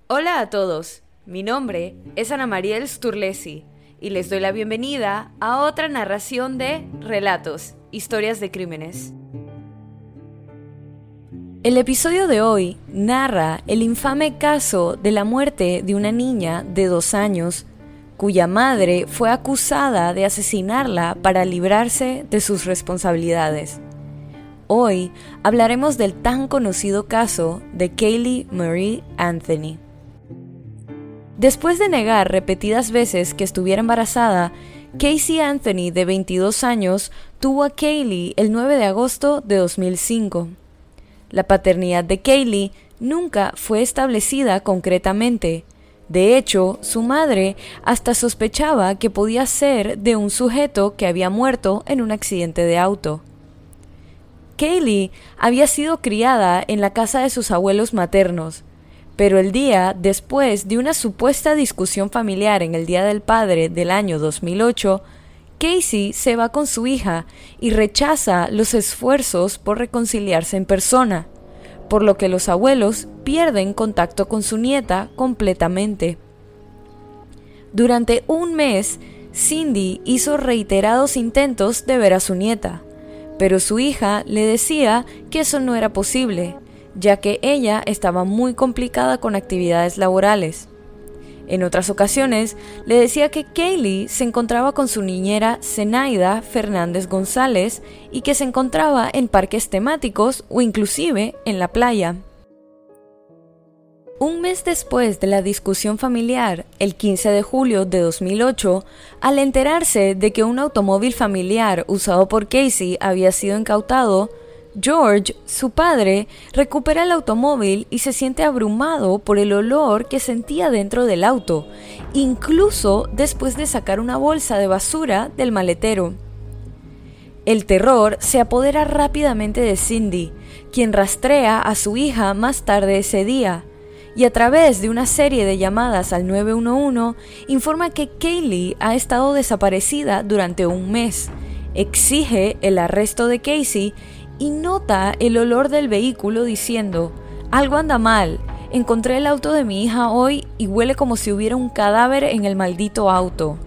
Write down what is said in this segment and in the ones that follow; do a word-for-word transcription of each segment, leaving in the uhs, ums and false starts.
Hola a todos, mi nombre es Ana Mariel Sturlesi y les doy la bienvenida a otra narración de Relatos, Historias de Crímenes. El episodio de hoy narra el infame caso de la muerte de una niña de dos años, cuya madre fue acusada de asesinarla para librarse de sus responsabilidades. Hoy hablaremos del tan conocido caso de Kaylee Marie Anthony. Después de negar repetidas veces que estuviera embarazada, Casey Anthony, de veintidós años, tuvo a Kaylee el nueve de agosto de dos mil cinco. La paternidad de Kaylee nunca fue establecida concretamente. De hecho, su madre hasta sospechaba que podía ser de un sujeto que había muerto en un accidente de auto. Kaylee había sido criada en la casa de sus abuelos maternos, pero el día después de una supuesta discusión familiar en el Día del Padre del año dos mil ocho, Casey se va con su hija y rechaza los esfuerzos por reconciliarse en persona, por lo que los abuelos pierden contacto con su nieta completamente. Durante un mes, Cindy hizo reiterados intentos de ver a su nieta, pero su hija le decía que eso no era posible, ya que ella estaba muy complicada con actividades laborales. En otras ocasiones, le decía que Kaylee se encontraba con su niñera Zenaida Fernández González y que se encontraba en parques temáticos o inclusive en la playa. Un mes después de la discusión familiar, el quince de julio de dos mil ocho, al enterarse de que un automóvil familiar usado por Casey había sido incautado, George, su padre, recupera el automóvil y se siente abrumado por el olor que sentía dentro del auto, incluso después de sacar una bolsa de basura del maletero. El terror se apodera rápidamente de Cindy, quien rastrea a su hija más tarde ese día, y a través de una serie de llamadas al nueve uno uno informa que Kaylee ha estado desaparecida durante un mes, exige el arresto de Casey y nota el olor del vehículo diciendo: algo anda mal, encontré el auto de mi hija hoy y huele como si hubiera un cadáver en el maldito auto.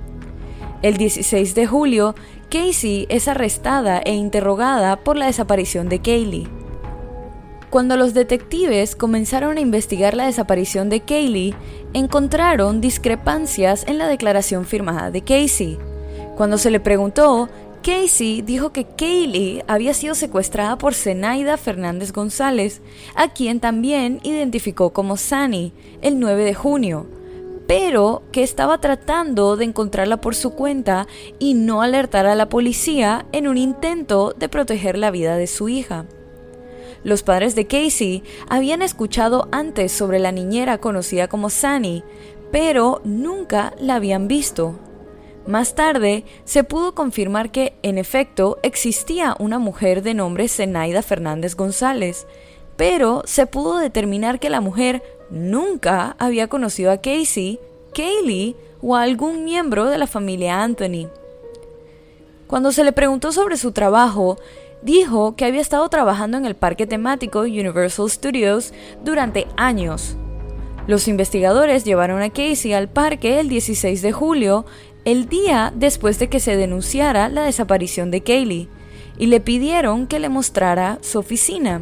El dieciséis de julio, Casey es arrestada e interrogada por la desaparición de Kaylee. Cuando los detectives comenzaron a investigar la desaparición de Kaylee, encontraron discrepancias en la declaración firmada de Casey. Cuando se le preguntó, Casey dijo que Kaylee había sido secuestrada por Zenaida Fernández González, a quien también identificó como Sunny, el nueve de junio, pero que estaba tratando de encontrarla por su cuenta y no alertar a la policía en un intento de proteger la vida de su hija. Los padres de Casey habían escuchado antes sobre la niñera conocida como Sunny, pero nunca la habían visto. Más tarde, se pudo confirmar que, en efecto, existía una mujer de nombre Zenaida Fernández González, pero se pudo determinar que la mujer nunca había conocido a Casey, Kaylee o a algún miembro de la familia Anthony. Cuando se le preguntó sobre su trabajo, dijo que había estado trabajando en el parque temático Universal Studios durante años. Los investigadores llevaron a Casey al parque el dieciséis de julio, el día después de que se denunciara la desaparición de Kaylee, y le pidieron que le mostrara su oficina.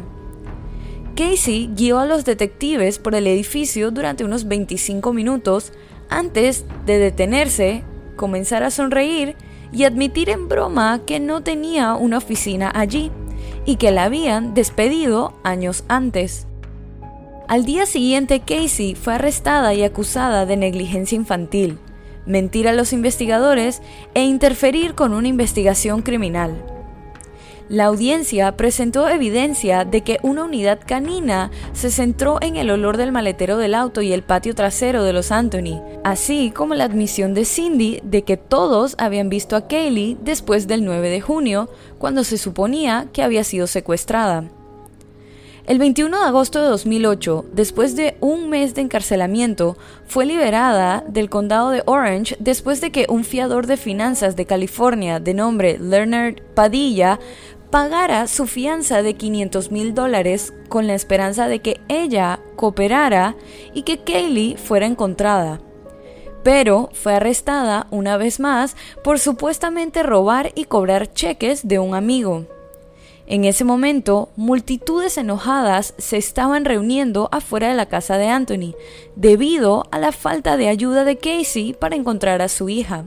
Casey guió a los detectives por el edificio durante unos veinticinco minutos antes de detenerse, comenzar a sonreír y admitir en broma que no tenía una oficina allí y que la habían despedido años antes. Al día siguiente, Casey fue arrestada y acusada de negligencia infantil, mentir a los investigadores e interferir con una investigación criminal. La audiencia presentó evidencia de que una unidad canina se centró en el olor del maletero del auto y el patio trasero de los Anthony, así como la admisión de Cindy de que todos habían visto a Kaylee después del nueve de junio, cuando se suponía que había sido secuestrada. El veintiuno de agosto de dos mil ocho, después de un mes de encarcelamiento, fue liberada del condado de Orange después de que un fiador de finanzas de California de nombre Leonard Padilla pagara su fianza de quinientos mil dólares con la esperanza de que ella cooperara y que Kaylee fuera encontrada. Pero fue arrestada una vez más por supuestamente robar y cobrar cheques de un amigo. En ese momento, multitudes enojadas se estaban reuniendo afuera de la casa de Anthony, debido a la falta de ayuda de Casey para encontrar a su hija.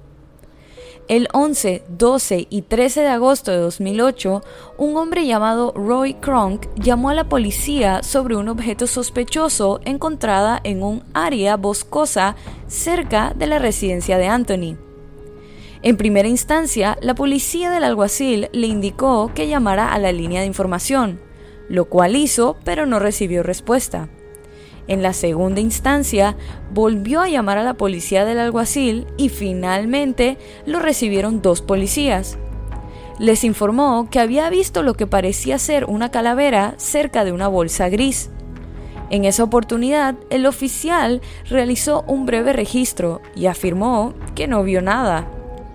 El once, doce y trece de agosto de dos mil ocho, un hombre llamado Roy Kronk llamó a la policía sobre un objeto sospechoso encontrada en un área boscosa cerca de la residencia de Anthony. En primera instancia, la policía del alguacil le indicó que llamara a la línea de información, lo cual hizo, pero no recibió respuesta. En la segunda instancia, volvió a llamar a la policía del alguacil y finalmente lo recibieron dos policías. Les informó que había visto lo que parecía ser una calavera cerca de una bolsa gris. En esa oportunidad, el oficial realizó un breve registro y afirmó que no vio nada.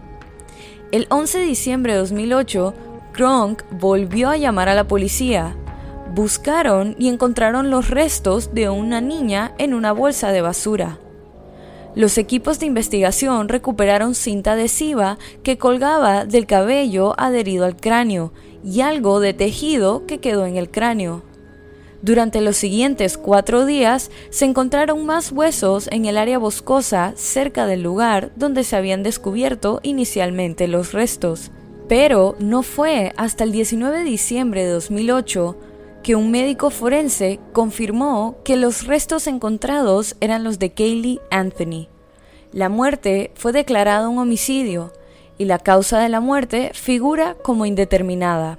El once de diciembre de dos mil ocho, Kronk volvió a llamar a la policía. Buscaron y encontraron los restos de una niña en una bolsa de basura. Los equipos de investigación recuperaron cinta adhesiva que colgaba del cabello adherido al cráneo y algo de tejido que quedó en el cráneo. Durante los siguientes cuatro días se encontraron más huesos en el área boscosa cerca del lugar donde se habían descubierto inicialmente los restos. Pero no fue hasta el diecinueve de diciembre de dos mil ocho que un médico forense confirmó que los restos encontrados eran los de Caylee Anthony. La muerte fue declarada un homicidio y la causa de la muerte figura como indeterminada.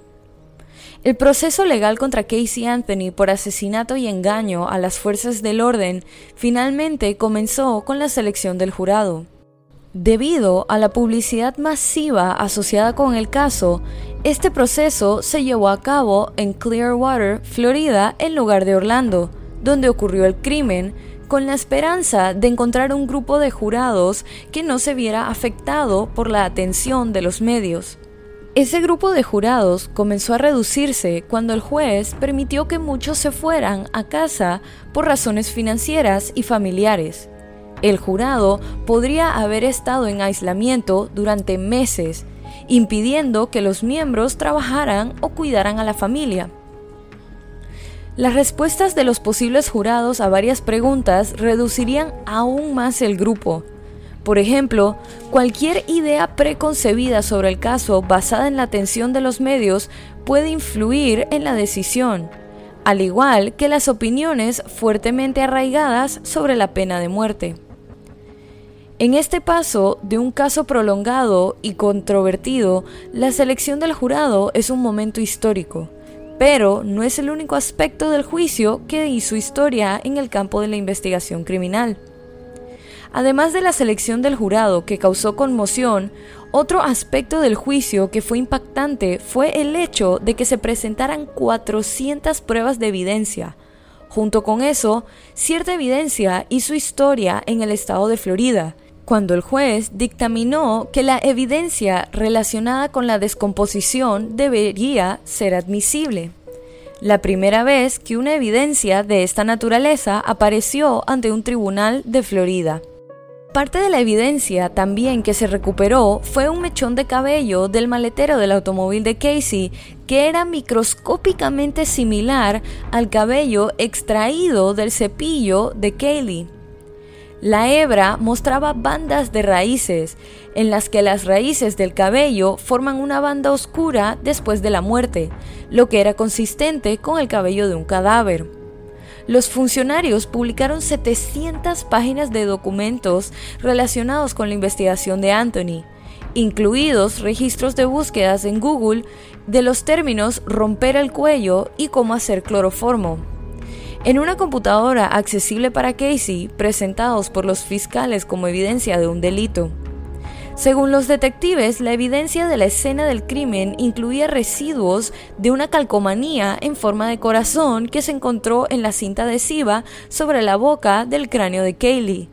El proceso legal contra Casey Anthony por asesinato y engaño a las fuerzas del orden finalmente comenzó con la selección del jurado. Debido a la publicidad masiva asociada con el caso, este proceso se llevó a cabo en Clearwater, Florida, en lugar de Orlando, donde ocurrió el crimen, con la esperanza de encontrar un grupo de jurados que no se viera afectado por la atención de los medios. Ese grupo de jurados comenzó a reducirse cuando el juez permitió que muchos se fueran a casa por razones financieras y familiares. El jurado podría haber estado en aislamiento durante meses, impidiendo que los miembros trabajaran o cuidaran a la familia. Las respuestas de los posibles jurados a varias preguntas reducirían aún más el grupo. Por ejemplo, cualquier idea preconcebida sobre el caso basada en la atención de los medios puede influir en la decisión, al igual que las opiniones fuertemente arraigadas sobre la pena de muerte. En este paso de un caso prolongado y controvertido, la selección del jurado es un momento histórico, pero no es el único aspecto del juicio que hizo historia en el campo de la investigación criminal. Además de la selección del jurado que causó conmoción, otro aspecto del juicio que fue impactante fue el hecho de que se presentaran cuatrocientas pruebas de evidencia. Junto con eso, cierta evidencia hizo historia en el estado de Florida, cuando el juez dictaminó que la evidencia relacionada con la descomposición debería ser admisible. La primera vez que una evidencia de esta naturaleza apareció ante un tribunal de Florida. Parte de la evidencia también que se recuperó fue un mechón de cabello del maletero del automóvil de Casey, que era microscópicamente similar al cabello extraído del cepillo de Kaylee. La hebra mostraba bandas de raíces, en las que las raíces del cabello forman una banda oscura después de la muerte, lo que era consistente con el cabello de un cadáver. Los funcionarios publicaron setecientas páginas de documentos relacionados con la investigación de Anthony, incluidos registros de búsquedas en Google de los términos romper el cuello y cómo hacer cloroformo. En una computadora accesible para Casey, presentados por los fiscales como evidencia de un delito. Según los detectives, la evidencia de la escena del crimen incluía residuos de una calcomanía en forma de corazón que se encontró en la cinta adhesiva sobre la boca del cráneo de Kaylee.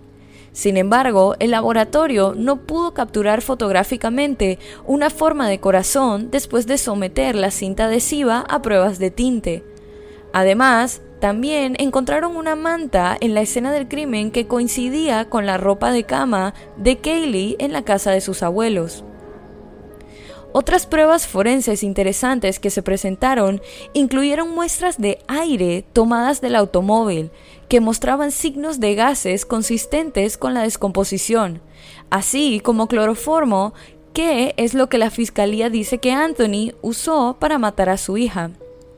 Sin embargo, el laboratorio no pudo capturar fotográficamente una forma de corazón después de someter la cinta adhesiva a pruebas de tinte. Además, también encontraron una manta en la escena del crimen que coincidía con la ropa de cama de Kaylee en la casa de sus abuelos. Otras pruebas forenses interesantes que se presentaron incluyeron muestras de aire tomadas del automóvil, que mostraban signos de gases consistentes con la descomposición, así como cloroformo, que es lo que la fiscalía dice que Anthony usó para matar a su hija.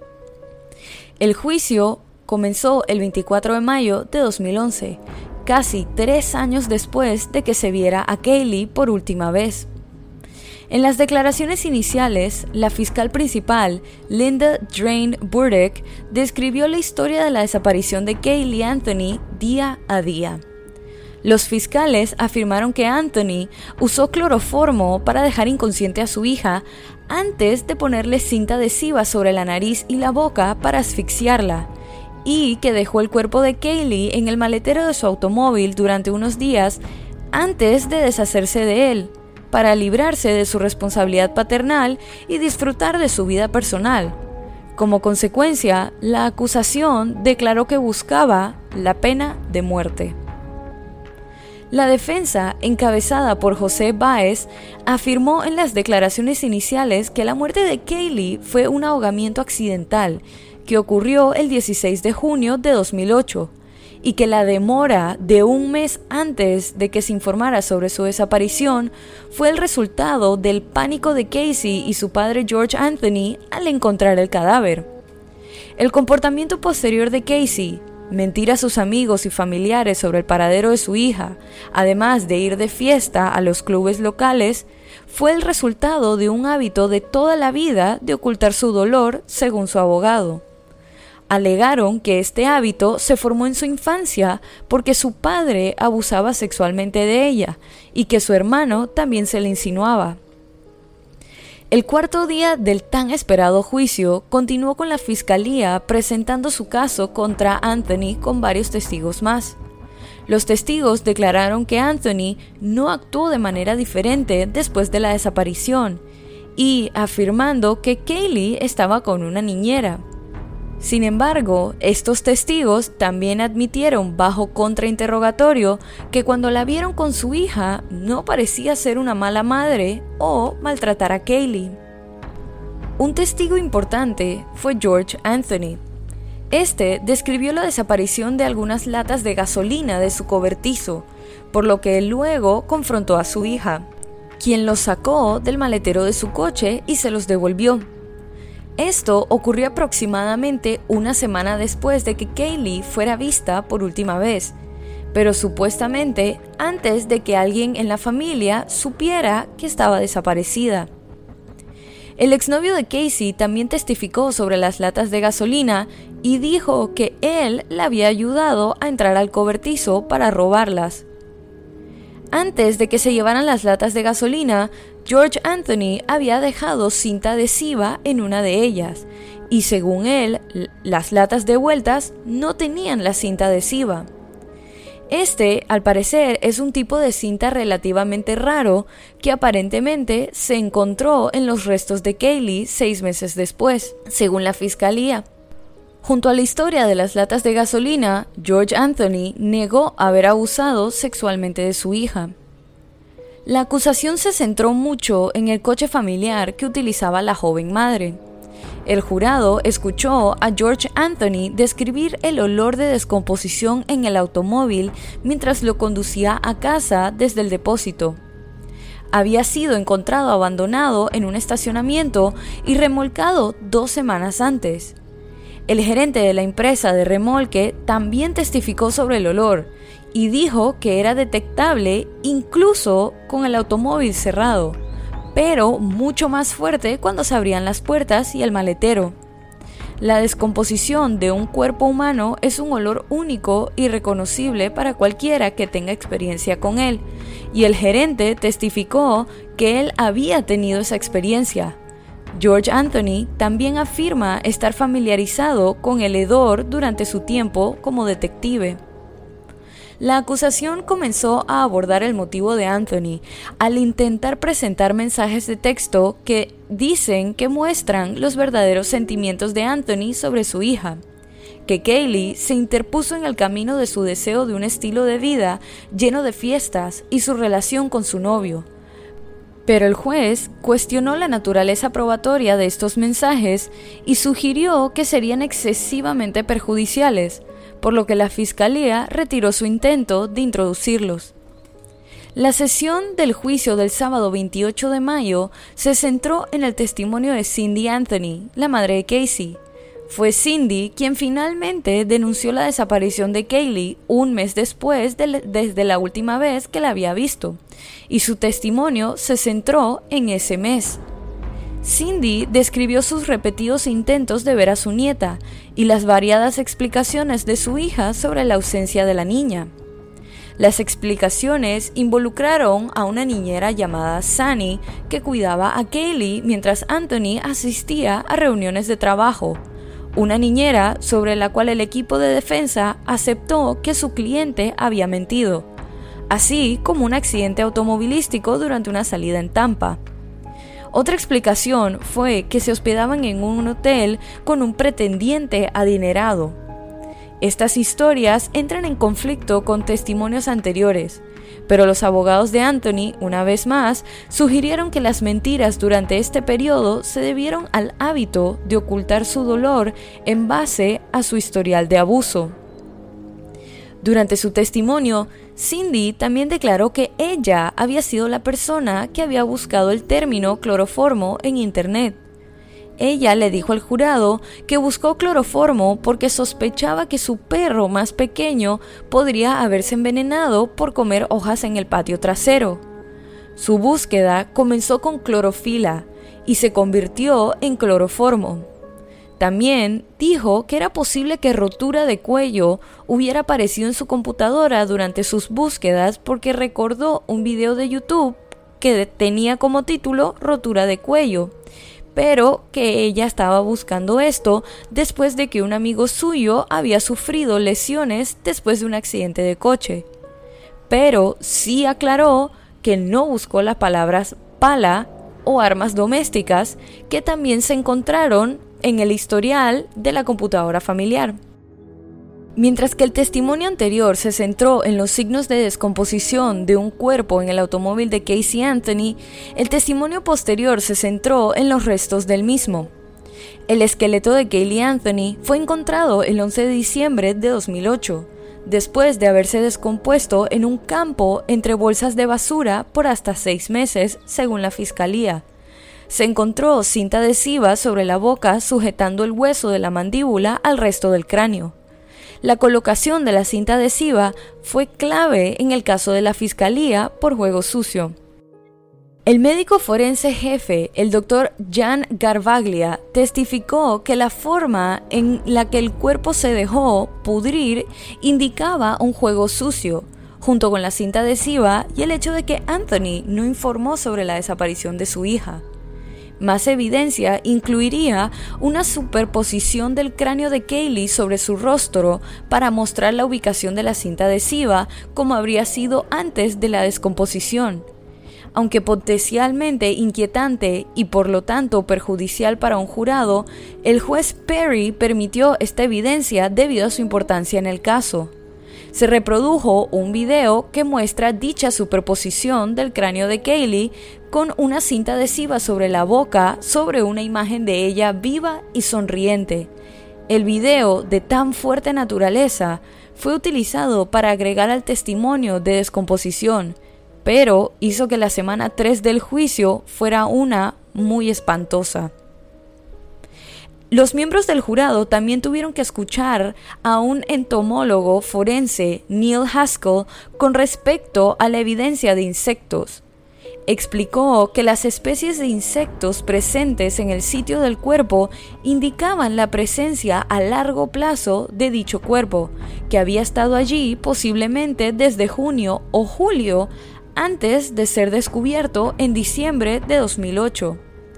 El juicio comenzó el veinticuatro de mayo de dos mil once, casi tres años después de que se viera a Kaylee por última vez. En las declaraciones iniciales, la fiscal principal, Linda Drain Burdick, describió la historia de la desaparición de Kaylee Anthony día a día. Los fiscales afirmaron que Anthony usó cloroformo para dejar inconsciente a su hija antes de ponerle cinta adhesiva sobre la nariz y la boca para asfixiarla, y que dejó el cuerpo de Kaylee en el maletero de su automóvil durante unos días antes de deshacerse de él, para librarse de su responsabilidad paternal y disfrutar de su vida personal. Como consecuencia, la acusación declaró que buscaba la pena de muerte. La defensa, encabezada por José Báez, afirmó en las declaraciones iniciales que la muerte de Kaylee fue un ahogamiento accidental que ocurrió el dieciséis de junio de dos mil ocho, y que la demora de un mes antes de que se informara sobre su desaparición fue el resultado del pánico de Casey y su padre George Anthony al encontrar el cadáver. El comportamiento posterior de Casey, mentir a sus amigos y familiares sobre el paradero de su hija, además de ir de fiesta a los clubes locales, fue el resultado de un hábito de toda la vida de ocultar su dolor, según su abogado. Alegaron que este hábito se formó en su infancia porque su padre abusaba sexualmente de ella y que su hermano también se le insinuaba. El cuarto día del tan esperado juicio continuó con la fiscalía presentando su caso contra Anthony con varios testigos más. Los testigos declararon que Anthony no actuó de manera diferente después de la desaparición y afirmando que Kaylee estaba con una niñera. Sin embargo, estos testigos también admitieron bajo contrainterrogatorio que cuando la vieron con su hija no parecía ser una mala madre o maltratar a Kaylee. Un testigo importante fue George Anthony. Este describió la desaparición de algunas latas de gasolina de su cobertizo, por lo que él luego confrontó a su hija, quien los sacó del maletero de su coche y se los devolvió. Esto ocurrió aproximadamente una semana después de que Kaylee fuera vista por última vez, pero supuestamente antes de que alguien en la familia supiera que estaba desaparecida. El exnovio de Casey también testificó sobre las latas de gasolina y dijo que él la había ayudado a entrar al cobertizo para robarlas. Antes de que se llevaran las latas de gasolina, George Anthony había dejado cinta adhesiva en una de ellas, y según él, las latas devueltas no tenían la cinta adhesiva. Este, al parecer, es un tipo de cinta relativamente raro que aparentemente se encontró en los restos de Kaylee seis meses después, según la fiscalía. Junto a la historia de las latas de gasolina, George Anthony negó haber abusado sexualmente de su hija. La acusación se centró mucho en el coche familiar que utilizaba la joven madre. El jurado escuchó a George Anthony describir el olor de descomposición en el automóvil mientras lo conducía a casa desde el depósito. Había sido encontrado abandonado en un estacionamiento y remolcado dos semanas antes. El gerente de la empresa de remolque también testificó sobre el olor y dijo que era detectable incluso con el automóvil cerrado, pero mucho más fuerte cuando se abrían las puertas y el maletero. La descomposición de un cuerpo humano es un olor único y reconocible para cualquiera que tenga experiencia con él, y el gerente testificó que él había tenido esa experiencia. George Anthony también afirma estar familiarizado con el hedor durante su tiempo como detective. La acusación comenzó a abordar el motivo de Anthony al intentar presentar mensajes de texto que dicen que muestran los verdaderos sentimientos de Anthony sobre su hija, que Kaylee se interpuso en el camino de su deseo de un estilo de vida lleno de fiestas y su relación con su novio. Pero el juez cuestionó la naturaleza probatoria de estos mensajes y sugirió que serían excesivamente perjudiciales, por lo que la fiscalía retiró su intento de introducirlos. La sesión del juicio del sábado veintiocho de mayo se centró en el testimonio de Cindy Anthony, la madre de Casey. Fue Cindy quien finalmente denunció la desaparición de Kaylee un mes después de desde la última vez que la había visto, y su testimonio se centró en ese mes. Cindy describió sus repetidos intentos de ver a su nieta y las variadas explicaciones de su hija sobre la ausencia de la niña. Las explicaciones involucraron a una niñera llamada Sunny que cuidaba a Kaylee mientras Anthony asistía a reuniones de trabajo, una niñera sobre la cual el equipo de defensa aceptó que su cliente había mentido, así como un accidente automovilístico durante una salida en Tampa. Otra explicación fue que se hospedaban en un hotel con un pretendiente adinerado. Estas historias entran en conflicto con testimonios anteriores, pero los abogados de Anthony, una vez más, sugirieron que las mentiras durante este periodo se debieron al hábito de ocultar su dolor en base a su historial de abuso. Durante su testimonio, Cindy también declaró que ella había sido la persona que había buscado el término cloroformo en internet. Ella le dijo al jurado que buscó cloroformo porque sospechaba que su perro más pequeño podría haberse envenenado por comer hojas en el patio trasero. Su búsqueda comenzó con clorofila y se convirtió en cloroformo. También dijo que era posible que rotura de cuello hubiera aparecido en su computadora durante sus búsquedas porque recordó un video de YouTube que tenía como título rotura de cuello, pero que ella estaba buscando esto después de que un amigo suyo había sufrido lesiones después de un accidente de coche. Pero sí aclaró que no buscó las palabras pala o armas domésticas que también se encontraron en el historial de la computadora familiar. Mientras que el testimonio anterior se centró en los signos de descomposición de un cuerpo en el automóvil de Casey Anthony, el testimonio posterior se centró en los restos del mismo. El esqueleto de Caylee Anthony fue encontrado el once de diciembre de dos mil ocho, después de haberse descompuesto en un campo entre bolsas de basura por hasta seis meses, según la fiscalía. Se encontró cinta adhesiva sobre la boca sujetando el hueso de la mandíbula al resto del cráneo. La colocación de la cinta adhesiva fue clave en el caso de la fiscalía por juego sucio. El médico forense jefe, el doctor Jan Garvaglia, testificó que la forma en la que el cuerpo se dejó pudrir indicaba un juego sucio, junto con la cinta adhesiva y el hecho de que Anthony no informó sobre la desaparición de su hija. Más evidencia incluiría una superposición del cráneo de Kaylee sobre su rostro para mostrar la ubicación de la cinta adhesiva como habría sido antes de la descomposición. Aunque potencialmente inquietante y por lo tanto perjudicial para un jurado, el juez Perry permitió esta evidencia debido a su importancia en el caso. Se reprodujo un video que muestra dicha superposición del cráneo de Kaylee con una cinta adhesiva sobre la boca sobre una imagen de ella viva y sonriente. El video, de tan fuerte naturaleza, fue utilizado para agregar al testimonio de descomposición, pero hizo que la semana tres del juicio fuera una muy espantosa. Los miembros del jurado también tuvieron que escuchar a un entomólogo forense, Neil Haskell, con respecto a la evidencia de insectos. Explicó que las especies de insectos presentes en el sitio del cuerpo indicaban la presencia a largo plazo de dicho cuerpo, que había estado allí posiblemente desde junio o julio antes de ser descubierto en diciembre de dos mil ocho.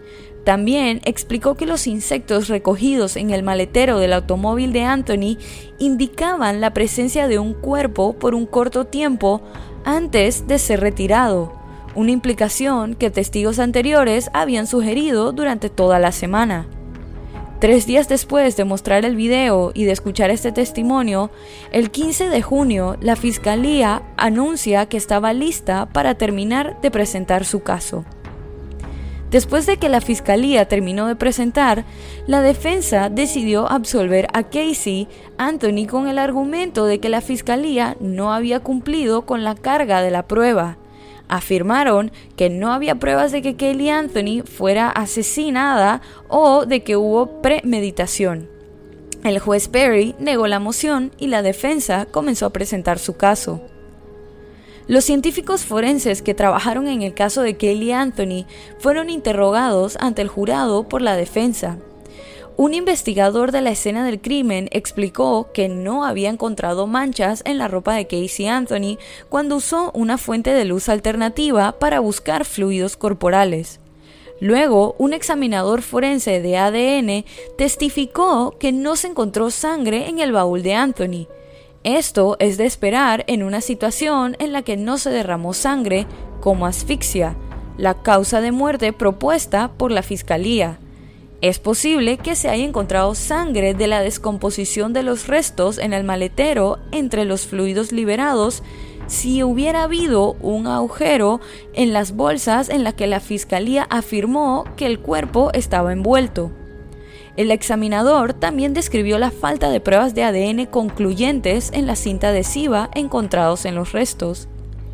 También explicó que los insectos recogidos en el maletero del automóvil de Anthony indicaban la presencia de un cuerpo por un corto tiempo antes de ser retirado, una implicación que testigos anteriores habían sugerido durante toda la semana. Tres días después de mostrar el video y de escuchar este testimonio, el quince de junio, la fiscalía anuncia que estaba lista para terminar de presentar su caso. Después de que la fiscalía terminó de presentar, la defensa decidió absolver a Casey Anthony con el argumento de que la fiscalía no había cumplido con la carga de la prueba. Afirmaron que no había pruebas de que Caylee Anthony fuera asesinada o de que hubo premeditación. El juez Perry negó la moción y la defensa comenzó a presentar su caso. Los científicos forenses que trabajaron en el caso de Caylee Anthony fueron interrogados ante el jurado por la defensa. Un investigador de la escena del crimen explicó que no había encontrado manchas en la ropa de Casey Anthony cuando usó una fuente de luz alternativa para buscar fluidos corporales. Luego, un examinador forense de A D N testificó que no se encontró sangre en el baúl de Anthony. Esto es de esperar en una situación en la que no se derramó sangre, como asfixia, la causa de muerte propuesta por la fiscalía. Es posible que se haya encontrado sangre de la descomposición de los restos en el maletero entre los fluidos liberados si hubiera habido un agujero en las bolsas en la que la fiscalía afirmó que el cuerpo estaba envuelto. El examinador también describió la falta de pruebas de A D N concluyentes en la cinta adhesiva encontrados en los restos.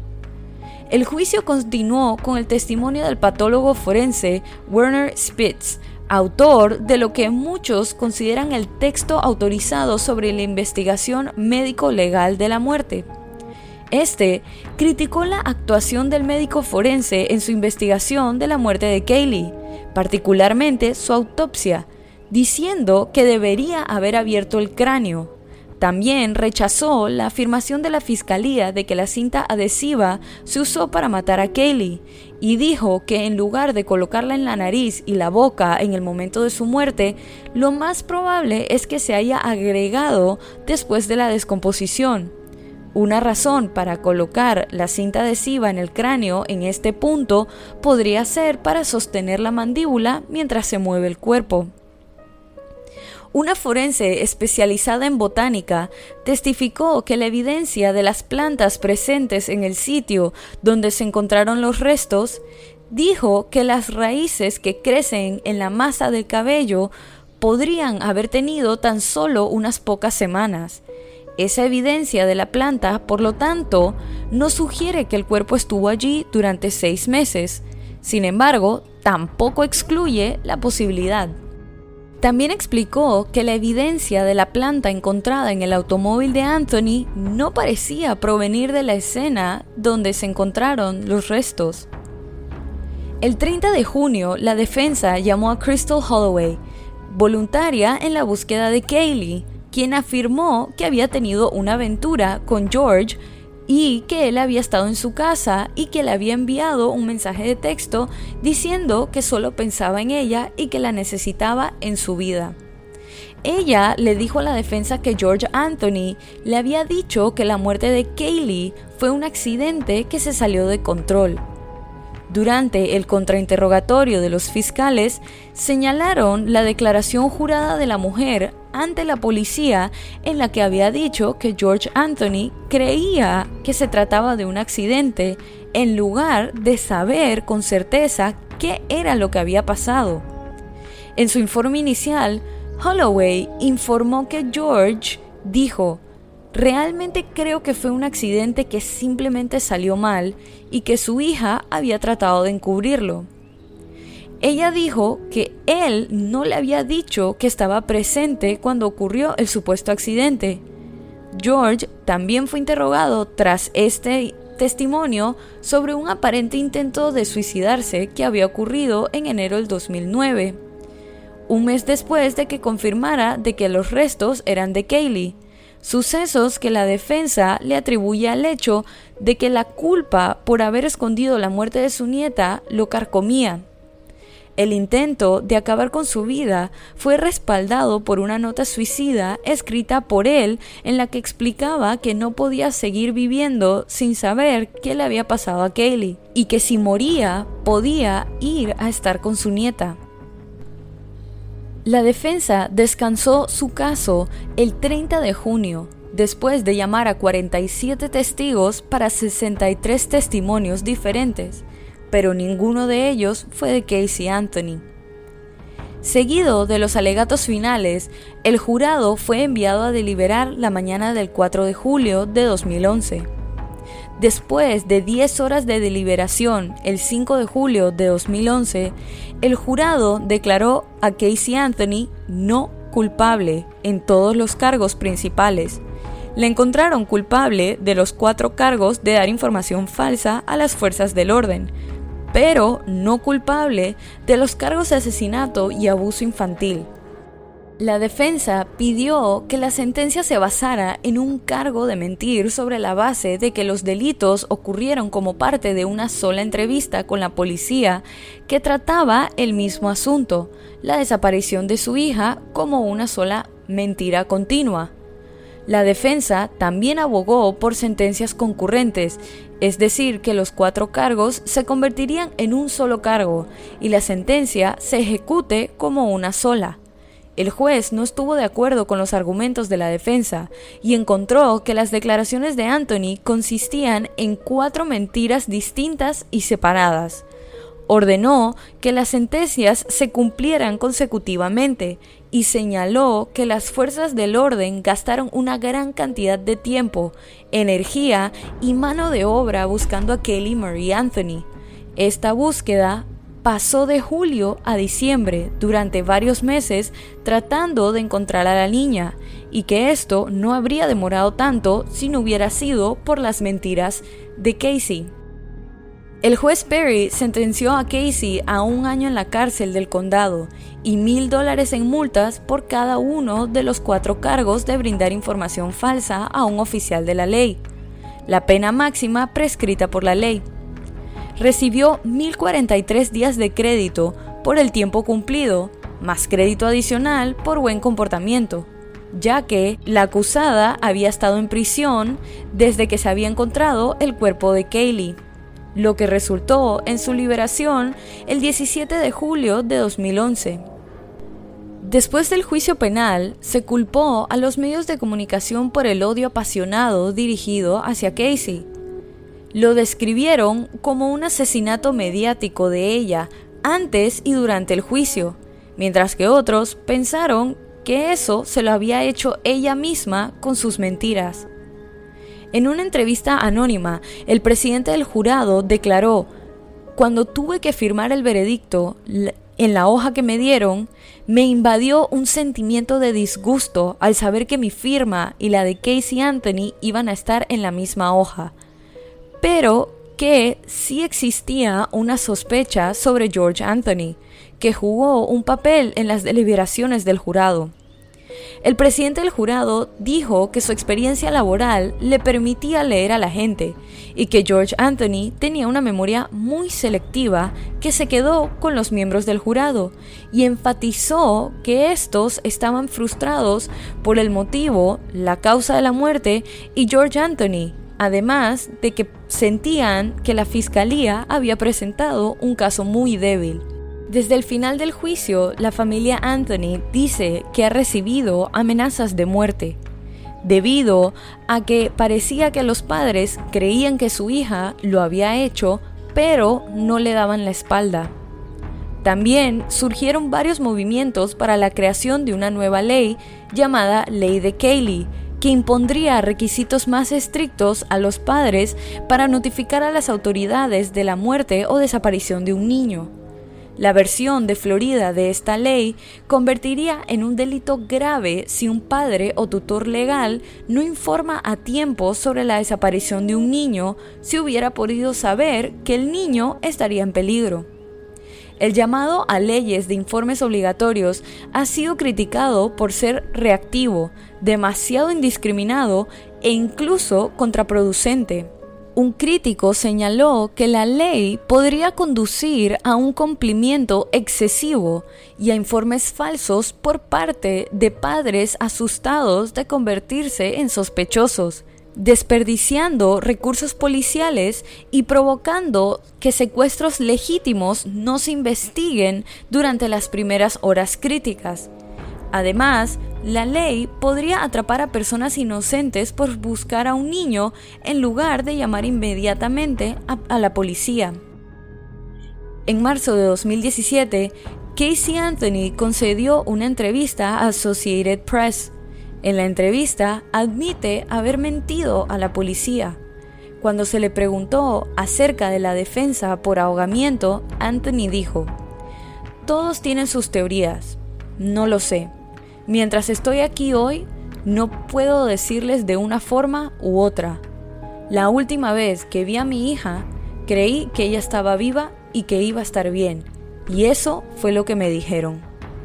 El juicio continuó con el testimonio del patólogo forense Werner Spitz, autor de lo que muchos consideran el texto autorizado sobre la investigación médico-legal de la muerte. Este criticó la actuación del médico forense en su investigación de la muerte de Caylee, particularmente su autopsia, diciendo que debería haber abierto el cráneo. También rechazó la afirmación de la fiscalía de que la cinta adhesiva se usó para matar a Caylee y dijo que en lugar de colocarla en la nariz y la boca en el momento de su muerte, lo más probable es que se haya agregado después de la descomposición. Una razón para colocar la cinta adhesiva en el cráneo en este punto podría ser para sostener la mandíbula mientras se mueve el cuerpo. Una forense especializada en botánica testificó que la evidencia de las plantas presentes en el sitio donde se encontraron los restos dijo que las raíces que crecen en la masa del cabello podrían haber tenido tan solo unas pocas semanas. Esa evidencia de la planta, por lo tanto, no sugiere que el cuerpo estuvo allí durante seis meses. Sin embargo, tampoco excluye la posibilidad. También explicó que la evidencia de la planta encontrada en el automóvil de Anthony no parecía provenir de la escena donde se encontraron los restos. El treinta de junio, la defensa llamó a Crystal Holloway, voluntaria en la búsqueda de Caylee, quien afirmó que había tenido una aventura con George y que él había estado en su casa y que le había enviado un mensaje de texto diciendo que solo pensaba en ella y que la necesitaba en su vida. Ella le dijo a la defensa que George Anthony le había dicho que la muerte de Caylee fue un accidente que se salió de control. Durante el contrainterrogatorio de los fiscales, señalaron la declaración jurada de la mujer ante la policía en la que había dicho que George Anthony creía que se trataba de un accidente en lugar de saber con certeza qué era lo que había pasado. En su informe inicial, Holloway informó que George dijo: "Realmente creo que fue un accidente que simplemente salió mal y que su hija había tratado de encubrirlo". Ella dijo que él no le había dicho que estaba presente cuando ocurrió el supuesto accidente. George también fue interrogado tras este testimonio sobre un aparente intento de suicidarse que había ocurrido en enero del dos mil nueve, un mes después de que confirmara de que los restos eran de Caylee. Sucesos que la defensa le atribuye al hecho de que la culpa por haber escondido la muerte de su nieta lo carcomía. El intento de acabar con su vida fue respaldado por una nota suicida escrita por él en la que explicaba que no podía seguir viviendo sin saber qué le había pasado a Kaylee y que si moría podía ir a estar con su nieta. La defensa descansó su caso el treinta de junio, después de llamar a cuarenta y siete testigos para sesenta y tres testimonios diferentes, pero ninguno de ellos fue de Casey Anthony. Seguido de los alegatos finales, el jurado fue enviado a deliberar la mañana del cuatro de julio de dos mil once. Después de diez horas de deliberación, el cinco de julio de dos mil once, el jurado declaró a Casey Anthony no culpable en todos los cargos principales. Le encontraron culpable de los cuatro cargos de dar información falsa a las fuerzas del orden, pero no culpable de los cargos de asesinato y abuso infantil. La defensa pidió que la sentencia se basara en un cargo de mentir sobre la base de que los delitos ocurrieron como parte de una sola entrevista con la policía que trataba el mismo asunto, la desaparición de su hija, como una sola mentira continua. La defensa también abogó por sentencias concurrentes, es decir, que los cuatro cargos se convertirían en un solo cargo y la sentencia se ejecute como una sola. El juez no estuvo de acuerdo con los argumentos de la defensa y encontró que las declaraciones de Anthony consistían en cuatro mentiras distintas y separadas. Ordenó que las sentencias se cumplieran consecutivamente y señaló que las fuerzas del orden gastaron una gran cantidad de tiempo, energía y mano de obra buscando a Kelly Marie Anthony. Esta búsqueda pasó de julio a diciembre durante varios meses tratando de encontrar a la niña y que esto no habría demorado tanto si no hubiera sido por las mentiras de Casey. El juez Perry sentenció a Casey a un año en la cárcel del condado y mil dólares en multas por cada uno de los cuatro cargos de brindar información falsa a un oficial de la ley, la pena máxima prescrita por la ley. Recibió mil cuarenta y tres días de crédito por el tiempo cumplido, más crédito adicional por buen comportamiento, ya que la acusada había estado en prisión desde que se había encontrado el cuerpo de Kaylee, lo que resultó en su liberación el diecisiete de julio de dos mil once. Después del juicio penal, se culpó a los medios de comunicación por el odio apasionado dirigido hacia Casey. Lo describieron como un asesinato mediático de ella antes y durante el juicio, mientras que otros pensaron que eso se lo había hecho ella misma con sus mentiras. En una entrevista anónima, el presidente del jurado declaró: "Cuando tuve que firmar el veredicto en la hoja que me dieron, me invadió un sentimiento de disgusto al saber que mi firma y la de Casey Anthony iban a estar en la misma hoja, pero que sí existía una sospecha sobre George Anthony, que jugó un papel en las deliberaciones del jurado". El presidente del jurado dijo que su experiencia laboral le permitía leer a la gente y que George Anthony tenía una memoria muy selectiva que se quedó con los miembros del jurado y enfatizó que estos estaban frustrados por el motivo, la causa de la muerte y George Anthony, además de que sentían que la fiscalía había presentado un caso muy débil. Desde el final del juicio, la familia Anthony dice que ha recibido amenazas de muerte, debido a que parecía que los padres creían que su hija lo había hecho, pero no le daban la espalda. También surgieron varios movimientos para la creación de una nueva ley llamada Ley de Kaylee, que impondría requisitos más estrictos a los padres para notificar a las autoridades de la muerte o desaparición de un niño. La versión de Florida de esta ley convertiría en un delito grave si un padre o tutor legal no informa a tiempo sobre la desaparición de un niño si hubiera podido saber que el niño estaría en peligro. El llamado a leyes de informes obligatorios ha sido criticado por ser reactivo, demasiado indiscriminado e incluso contraproducente. Un crítico señaló que la ley podría conducir a un cumplimiento excesivo y a informes falsos por parte de padres asustados de convertirse en sospechosos, desperdiciando recursos policiales y provocando que secuestros legítimos no se investiguen durante las primeras horas críticas. Además, la ley podría atrapar a personas inocentes por buscar a un niño en lugar de llamar inmediatamente a, a la policía. En marzo de dos mil diecisiete, Casey Anthony concedió una entrevista a Associated Press. En la entrevista, admite haber mentido a la policía. Cuando se le preguntó acerca de la defensa por ahogamiento, Anthony dijo: "Todos tienen sus teorías. No lo sé. Mientras estoy aquí hoy, no puedo decirles de una forma u otra. La última vez que vi a mi hija, creí que ella estaba viva y que iba a estar bien, y eso fue lo que me dijeron".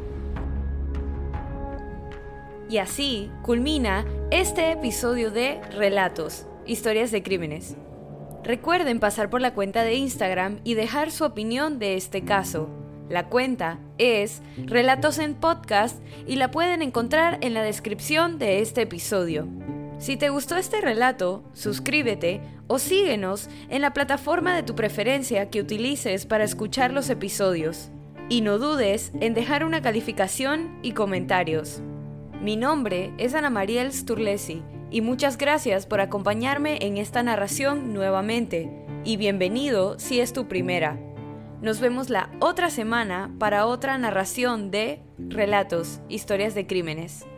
Y así culmina este episodio de Relatos, Historias de Crímenes. Recuerden pasar por la cuenta de Instagram y dejar su opinión de este caso. La cuenta es Relatos en Podcast y la pueden encontrar en la descripción de este episodio. Si te gustó este relato, suscríbete o síguenos en la plataforma de tu preferencia que utilices para escuchar los episodios. Y no dudes en dejar una calificación y comentarios. Mi nombre es Ana Mariel Sturlesi y muchas gracias por acompañarme en esta narración nuevamente. Y bienvenido si es tu primera. Nos vemos la otra semana para otra narración de Relatos, Historias de Crímenes.